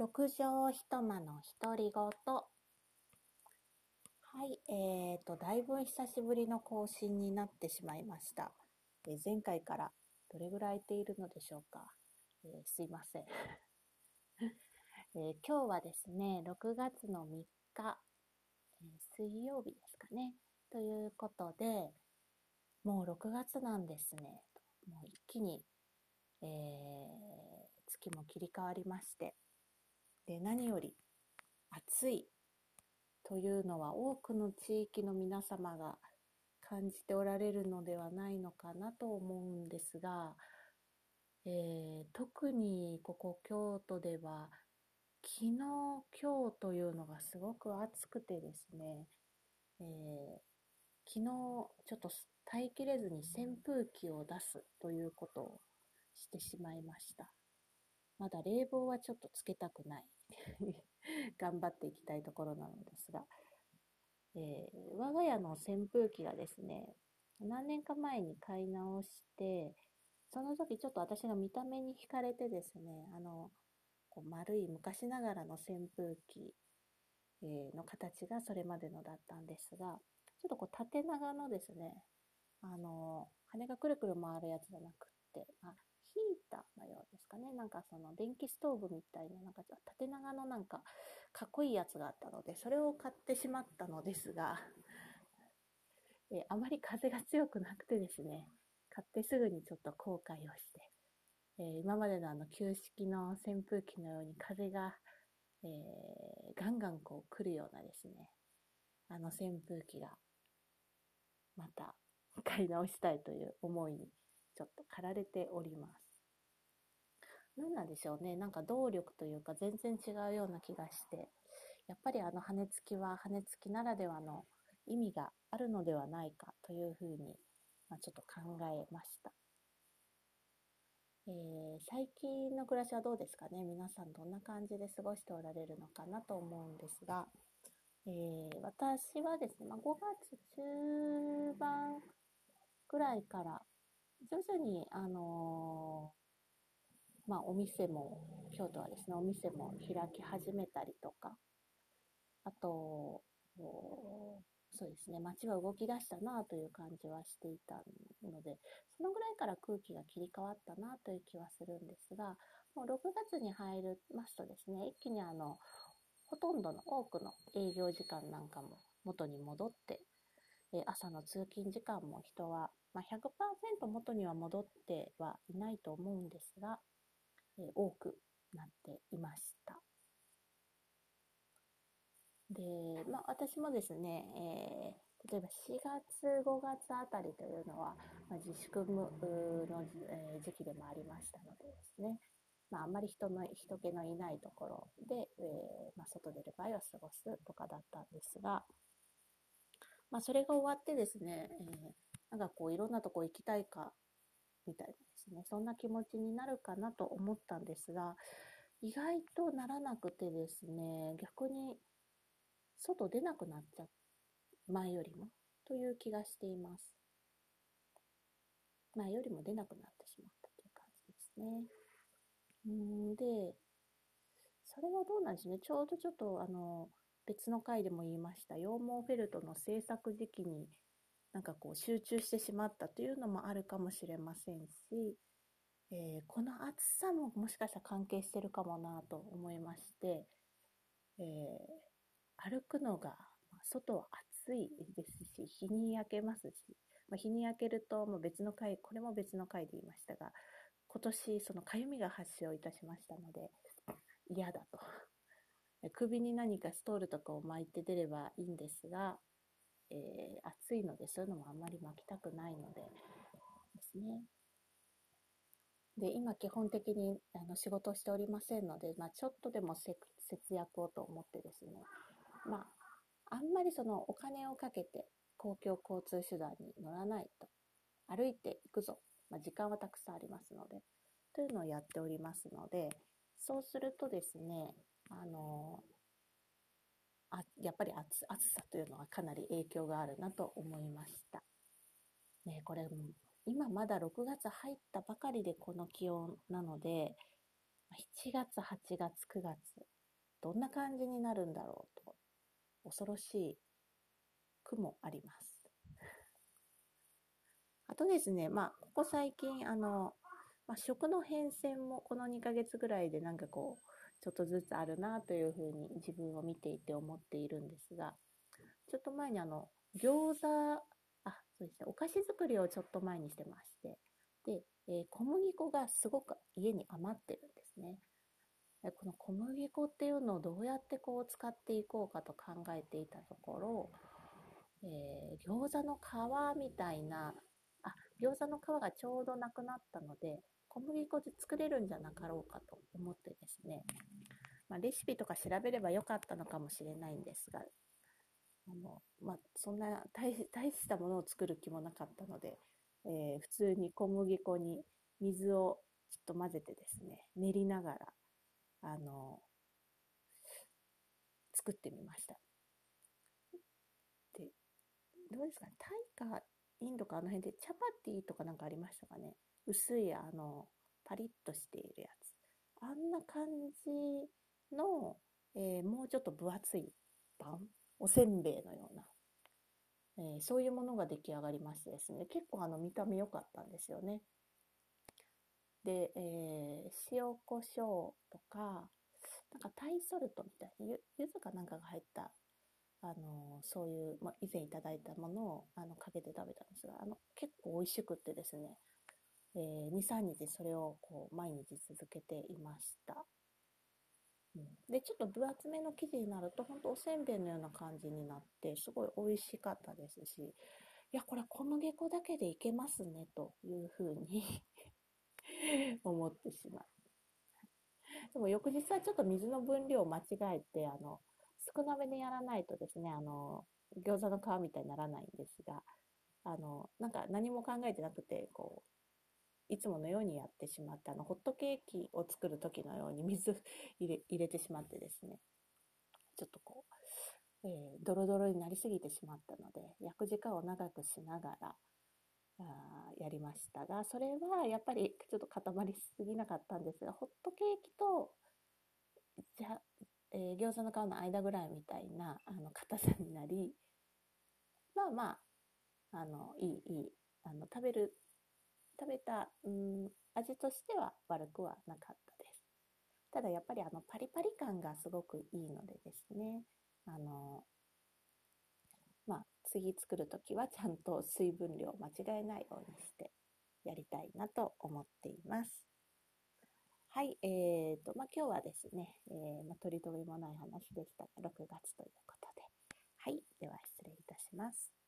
六畳一間の独り言。はい、だいぶ久しぶりの更新になってしまいました。前回からどれぐらい空いているのでしょうか。すいません。今日はですね、6月の3日、水曜日ですかね。ということで、もう6月なんですね。もう一気に、月も切り替わりまして、で、何より暑いというのは多くの地域の皆様が感じておられるのではないのかなと思うんですが、特にここ京都では昨日今日というのがすごく暑くてですね、昨日ちょっと耐えきれずに扇風機を出すということをしてしまいました。まだ冷房はちょっとつけたくない頑張っていきたいところなのですが、我が家の扇風機がですね、何年か前に買い直して、その時ちょっと私が見た目に惹かれてですね、こう丸い昔ながらの扇風機、の形がそれまでのだったんですが、ちょっとこう縦長のですね、羽がくるくる回るやつじゃなくって、ヒーターのようですかね。なんかその電気ストーブみたいな、なんか縦長のなんかかっこいいやつがあったので、それを買ってしまったのですが、あまり風が強くなくてですね、買ってすぐにちょっと後悔をして、今までの旧式の扇風機のように風が、ガンガンこう来るようなですね、扇風機がまた買い直したいという思いにちょっと駆られております。何なんでしょうね。なんか動力というか全然違うような気がして、やっぱり羽根付きは羽根付きならではの意味があるのではないかというふうに、ちょっと考えました。最近の暮らしはどうですかね。皆さんどんな感じで過ごしておられるのかなと思うんですが、私はですね、5月中盤ぐらいから徐々に、お店も、京都はですね、お店も開き始めたりとか、あと、そうですね、街が動き出したなという感じはしていたので、そのぐらいから空気が切り替わったなという気はするんですが、もう6月に入りますとですね、一気にほとんどの多くの営業時間なんかも元に戻って、朝の通勤時間も人は、100% 元には戻ってはいないと思うんですが、多くなっていました。で、私もですね、例えば4月、5月あたりというのは、自粛の、時期でもありましたのでですね、あんまり人気のいないところで、外出る場合は過ごすとかだったんですが、それが終わってですね、なんかこういろんなとこ行きたいかみたいなですね、そんな気持ちになるかなと思ったんですが、意外とならなくてですね、逆に外出なくなっちゃう、前よりもという気がしています。前よりも出なくなってしまったという感じですね。で、それはどうなんですね。ちょうどちょっと別の回でも言いました羊毛フェルトの制作時期になんかこう集中してしまったというのもあるかもしれませんし、この暑さももしかしたら関係してるかもなと思いまして、歩くのが外は暑いですし日に焼けますし、日に焼けるともう別の回、これも別の回で言いましたが、今年そのかゆみが発症いたしましたので嫌だと。首に何かストールとかを巻いて出ればいいんですが、暑いのでそういうのもあんまり巻きたくないのでですね。で、今基本的に仕事をしておりませんので、ちょっとでも節約をと思ってですね、あんまりそのお金をかけて公共交通手段に乗らないと、歩いていくぞ、時間はたくさんありますので、というのをやっておりますので、そうするとですね、やっぱり暑さというのはかなり影響があるなと思いました。ね、これ今まだ6月入ったばかりでこの気温なので、 7月、8月、9月、どんな感じになるんだろうと、恐ろしい句もあります。あとですね、ここ最近、食の変遷もこの2ヶ月ぐらいでなんかこう、ちょっとずつあるなというふうに自分を見ていて思っているんですが、ちょっと前に餃子、そうですね、お菓子作りをちょっと前にしてまして、で、小麦粉がすごく家に余ってるんですね。この小麦粉っていうのをどうやってこう使っていこうかと考えていたところ、餃子の皮みたいな、餃子の皮がちょうどなくなったので、小麦粉で作れるんじゃなかろうかと思ってですね、レシピとか調べればよかったのかもしれないんですが、そんな大したものを作る気もなかったので、普通に小麦粉に水をちょっと混ぜてですね、練りながら、作ってみました。で、どうですかね、タイかインドかあの辺でチャパティとかなんかありましたかね。薄いパリッとしているやつ。あんな感じの、もうちょっと分厚いパン、おせんべいのような、そういうものが出来上がりましてですね、結構見た目良かったんですよね。で、塩コショウとか、なんかタイソルトみたいな、柚子かなんかが入った、そういう、以前いただいたものをかけて食べたんですが、結構美味しくってですね、2、3日それをこう毎日続けていました。で、ちょっと分厚めの生地になると、ほんとおせんべいのような感じになって、すごい美味しかったですし、いや、これ小麦粉だけでいけますね、というふうに思ってしまう。でも翌日はちょっと水の分量を間違えて、少なめでやらないとですね、餃子の皮みたいにならないんですが、なんか何も考えてなくて、こう、いつものようにやってしまって、ホットケーキを作る時のように水入れてしまってですね、ちょっとこう、ドロドロになりすぎてしまったので、焼く時間を長くしながら、やりましたが、それはやっぱりちょっと固まりすぎなかったんですが、ホットケーキと、じゃ、餃子の皮の間ぐらいみたいな硬さになり、いい、食べた、味としては悪くはなかったです。ただやっぱりパリパリ感がすごくいいのでですね、次作るときはちゃんと水分量を間違えないようにしてやりたいなと思っています。はい、今日はですね、取り留めもない話でしたが、6月ということで。はい、では失礼いたします。